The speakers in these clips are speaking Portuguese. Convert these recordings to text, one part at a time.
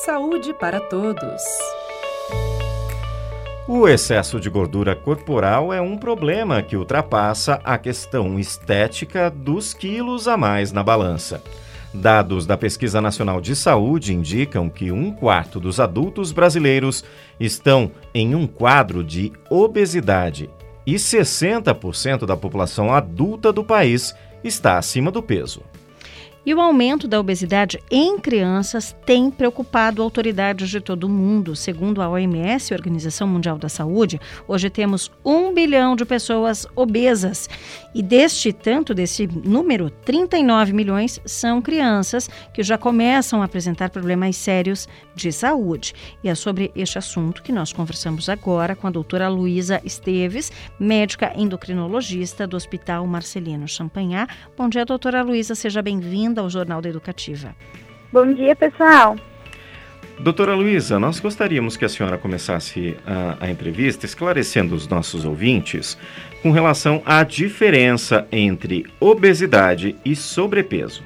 Saúde para todos. O excesso de gordura corporal é um problema que ultrapassa a questão estética dos quilos a mais na balança. Dados da Pesquisa Nacional de Saúde indicam que 1/4 dos adultos brasileiros estão em um quadro de obesidade e 60% da população adulta do país está acima do peso. E o aumento da obesidade em crianças tem preocupado autoridades de todo o mundo. Segundo a OMS, Organização Mundial da Saúde, hoje temos 1 bilhão de pessoas obesas. E desse número, 39 milhões são crianças que já começam a apresentar problemas sérios de saúde. E é sobre este assunto que nós conversamos agora com a doutora Luísa Esteves, médica endocrinologista do Hospital Marcelino Champagnat. Bom dia, doutora Luísa, seja bem-vinda ao Jornal da Educativa. Bom dia, pessoal. Doutora Luísa, nós gostaríamos que a senhora começasse a entrevista esclarecendo os nossos ouvintes com relação à diferença entre obesidade e sobrepeso.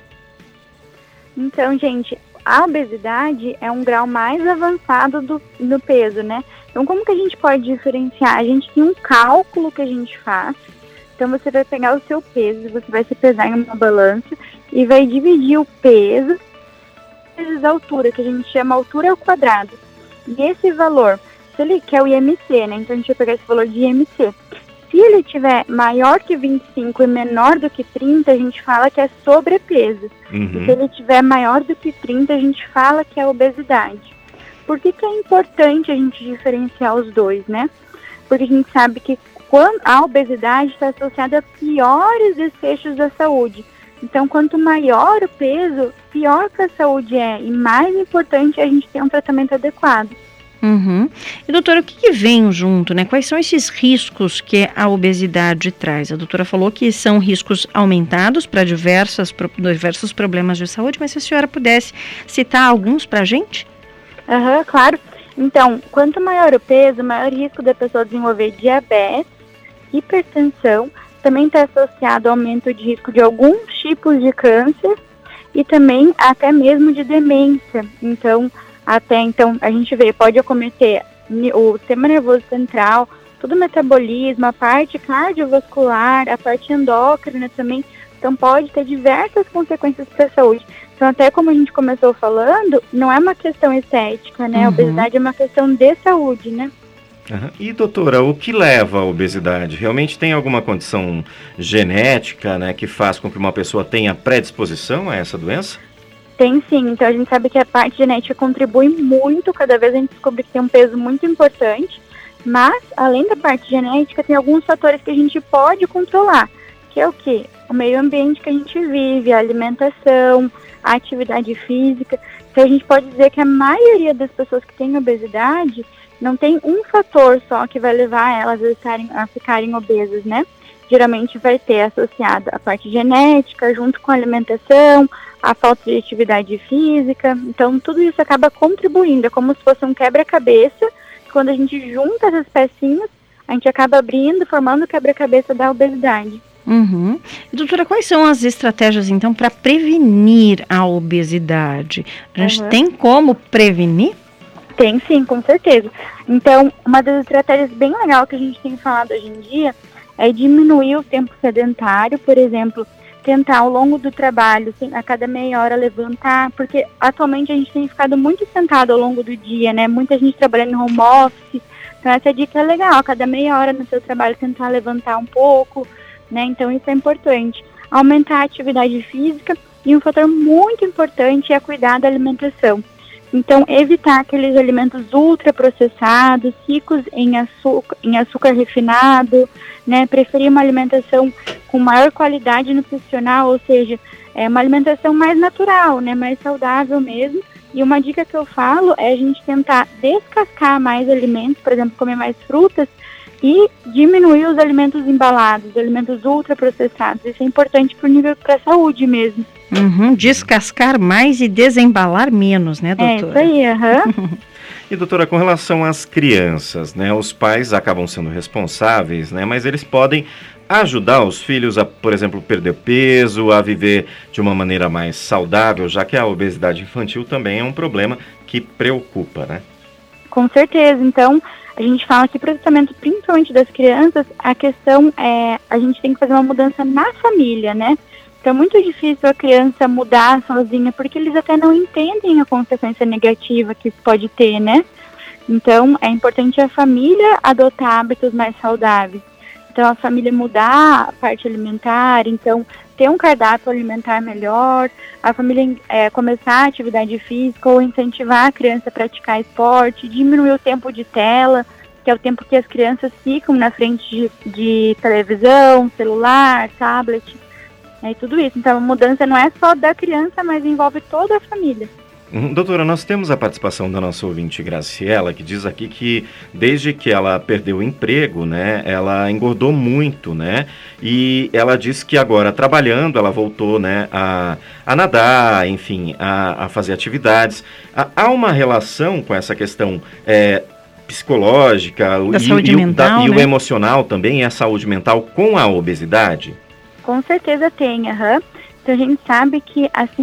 Então, gente, a obesidade é um grau mais avançado do peso, né? Então, como que a gente pode diferenciar? A gente tem um cálculo que a gente faz. Então, você vai pegar o seu peso, você vai se pesar em uma balança e vai dividir o peso vezes a altura, que a gente chama altura ao quadrado. E esse valor, se ele quer o IMC, né? Então, a gente vai pegar esse valor de IMC. Se ele tiver maior que 25 e menor do que 30, a gente fala que é sobrepeso. E se ele tiver maior do que 30, a gente fala que é obesidade. Por que é importante a gente diferenciar os dois, né? Porque a gente sabe que quando a obesidade está associada a piores desfechos da saúde. Então, quanto maior o peso, pior que a saúde é. E mais importante é a gente ter um tratamento adequado. E, doutora, o que vem junto, né? Quais são esses riscos que a obesidade traz? A doutora falou que são riscos aumentados para diversos problemas de saúde, mas se a senhora pudesse citar alguns para a gente? Claro. Então, quanto maior o peso, maior o risco da pessoa desenvolver diabetes, hipertensão, também está associado ao aumento de risco de alguns tipos de câncer e também até mesmo de demência. Então, a gente pode acometer o sistema nervoso central, todo o metabolismo, a parte cardiovascular, a parte endócrina também. Então, pode ter diversas consequências para a saúde. Então, até como a gente começou falando, não é uma questão estética, né? A obesidade é uma questão de saúde, né? E, doutora, o que leva à obesidade? Realmente tem alguma condição genética, né, que faz com que uma pessoa tenha predisposição a essa doença? Tem sim. Então, a gente sabe que a parte genética contribui muito. Cada vez a gente descobre que tem um peso muito importante. Mas, além da parte genética, tem alguns fatores que a gente pode controlar. Que é o quê? O meio ambiente que a gente vive, a alimentação, a atividade física. Então, a gente pode dizer que a maioria das pessoas que têm obesidade não tem um fator só que vai levar elas a ficarem obesas, né? Geralmente vai ter associado a parte genética, junto com a alimentação, a falta de atividade física. Então, tudo isso acaba contribuindo. É como se fosse um quebra-cabeça. Quando a gente junta essas pecinhas, a gente acaba abrindo, formando o quebra-cabeça da obesidade. Doutora, quais são as estratégias, então, para prevenir a obesidade? A gente tem como prevenir? Tem sim, com certeza. Então, uma das estratégias bem legal que a gente tem falado hoje em dia é diminuir o tempo sedentário, por exemplo, tentar ao longo do trabalho, a cada meia hora levantar, porque atualmente a gente tem ficado muito sentado ao longo do dia, né? Muita gente trabalhando no home office, então essa dica é legal, a cada meia hora no seu trabalho tentar levantar um pouco, né? Então isso é importante. Aumentar a atividade física e um fator muito importante é cuidar da alimentação. Então, evitar aqueles alimentos ultraprocessados, ricos em açúcar refinado, né? Preferir uma alimentação com maior qualidade nutricional, ou seja, uma alimentação mais natural, né? Mais saudável mesmo. E uma dica que eu falo é a gente tentar descascar mais alimentos, por exemplo, comer mais frutas e diminuir os alimentos embalados, alimentos ultraprocessados. Isso é importante para a saúde mesmo. Descascar mais e desembalar menos, né, doutora? É isso aí, E, doutora, com relação às crianças, né, os pais acabam sendo responsáveis, né, mas eles podem ajudar os filhos a, por exemplo, perder peso, a viver de uma maneira mais saudável, já que a obesidade infantil também é um problema que preocupa, né? Com certeza. Então, a gente fala que para o tratamento, principalmente das crianças, a questão é a gente tem que fazer uma mudança na família, né? Então é muito difícil a criança mudar sozinha, porque eles até não entendem a consequência negativa que isso pode ter, né? Então é importante a família adotar hábitos mais saudáveis. Então a família mudar a parte alimentar, então ter um cardápio alimentar melhor, a família começar a atividade física ou incentivar a criança a praticar esporte, diminuir o tempo de tela, que é o tempo que as crianças ficam na frente de televisão, celular, tablet, e tudo isso. Então a mudança não é só da criança, mas envolve toda a família. Doutora, nós temos a participação da nossa ouvinte Graciela, que diz aqui que desde que ela perdeu o emprego, né, ela engordou muito, né, e ela diz que agora trabalhando, ela voltou, né, a nadar, enfim, a fazer atividades. Há uma relação com essa questão psicológica da saúde mental, e né? O emocional também, a saúde mental com a obesidade? Com certeza tem, Então a gente sabe que assim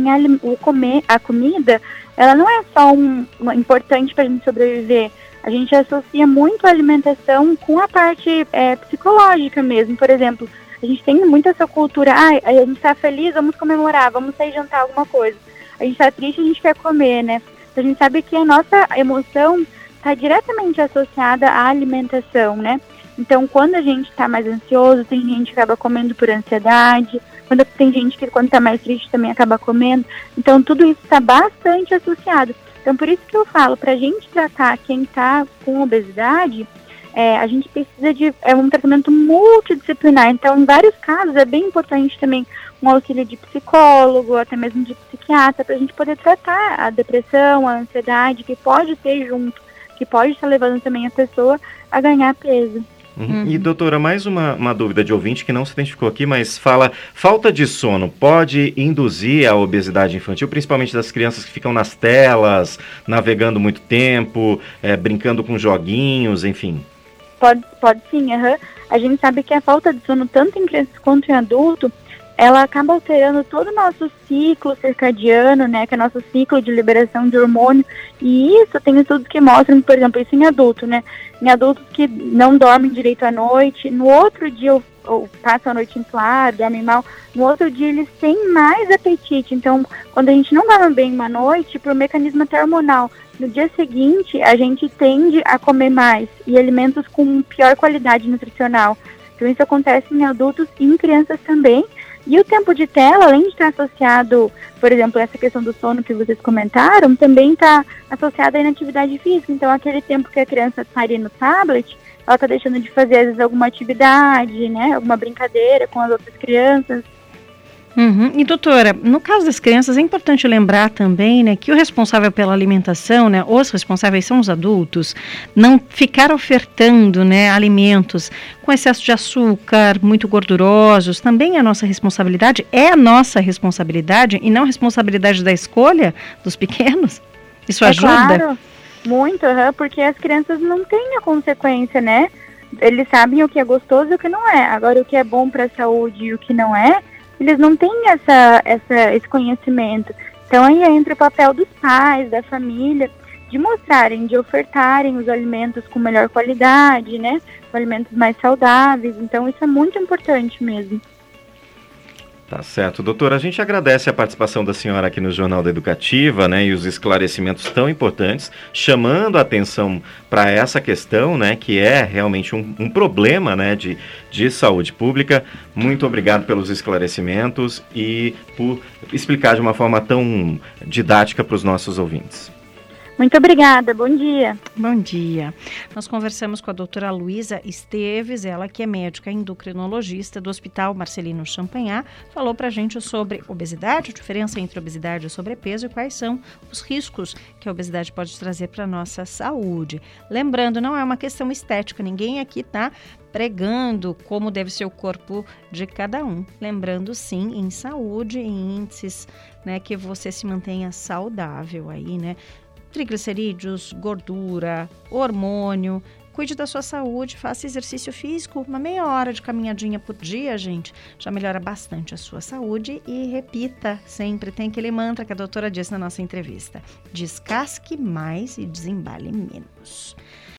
a comida, ela não é só importante para a gente sobreviver. A gente associa muito a alimentação com a parte psicológica mesmo. Por exemplo, a gente tem muito essa cultura, a gente está feliz, vamos comemorar, vamos sair jantar alguma coisa. A gente está triste, a gente quer comer, né? Então a gente sabe que a nossa emoção está diretamente associada à alimentação, né? Então quando a gente está mais ansioso, tem gente que acaba comendo por ansiedade. Tem gente que quando está mais triste também acaba comendo. Então tudo isso está bastante associado. Então por isso que eu falo, para a gente tratar quem está com obesidade, a gente precisa de um tratamento multidisciplinar. Então em vários casos é bem importante também um auxílio de psicólogo, até mesmo de psiquiatra, para a gente poder tratar a depressão, a ansiedade, que pode ter junto, que pode estar levando também a pessoa a ganhar peso. E doutora, mais uma dúvida de ouvinte que não se identificou aqui, mas fala, falta de sono pode induzir a obesidade infantil, principalmente das crianças que ficam nas telas, navegando muito tempo, brincando com joguinhos, enfim? Pode sim, A gente sabe que a falta de sono, tanto em crianças quanto em adulto, ela acaba alterando todo o nosso ciclo circadiano, né, que é o nosso ciclo de liberação de hormônio, e isso tem estudos que mostram, por exemplo, isso em adulto, né, em adultos que não dormem direito à noite, no outro dia ou passam a noite em claro, dormem mal, no outro dia eles têm mais apetite. Então, quando a gente não dorme bem uma noite, por mecanismo até hormonal, no dia seguinte a gente tende a comer mais, e alimentos com pior qualidade nutricional. Então isso acontece em adultos e em crianças também. E o tempo de tela, além de estar associado, por exemplo, essa questão do sono que vocês comentaram, também está associado à inatividade física. Então, aquele tempo que a criança está ali no tablet, ela está deixando de fazer, às vezes, alguma atividade, né? Alguma brincadeira com as outras crianças. E doutora, no caso das crianças é importante lembrar também, né, que o responsável pela alimentação, né, os responsáveis são os adultos, não ficar ofertando, né, alimentos com excesso de açúcar, muito gordurosos, também é a nossa responsabilidade e não a responsabilidade da escolha dos pequenos? Isso ajuda? Claro, muito, porque as crianças não têm a consequência, né? Eles sabem o que é gostoso e o que não é. Agora, o que é bom para a saúde e o que não é, eles não têm esse conhecimento. Então aí entra o papel dos pais, da família, de mostrarem, de ofertarem os alimentos com melhor qualidade, né? Alimentos mais saudáveis. Então isso é muito importante mesmo. Tá certo. Doutora, a gente agradece a participação da senhora aqui no Jornal da Educativa, né, e os esclarecimentos tão importantes, chamando a atenção para essa questão, né, que é realmente um problema, né, de saúde pública. Muito obrigado pelos esclarecimentos e por explicar de uma forma tão didática para os nossos ouvintes. Muito obrigada, bom dia. Bom dia. Nós conversamos com a doutora Luísa Esteves, ela que é médica endocrinologista do Hospital Marcelino Champagnat, falou pra gente sobre obesidade, a diferença entre obesidade e sobrepeso e quais são os riscos que a obesidade pode trazer para a nossa saúde. Lembrando, não é uma questão estética, ninguém aqui está pregando como deve ser o corpo de cada um. Lembrando, sim, em saúde, em índices, né, que você se mantenha saudável aí, né? Triglicerídeos, gordura, hormônio, cuide da sua saúde, faça exercício físico, uma meia hora de caminhadinha por dia, gente, já melhora bastante a sua saúde. E repita sempre, tem aquele mantra que a doutora disse na nossa entrevista: descasque mais e desembale menos.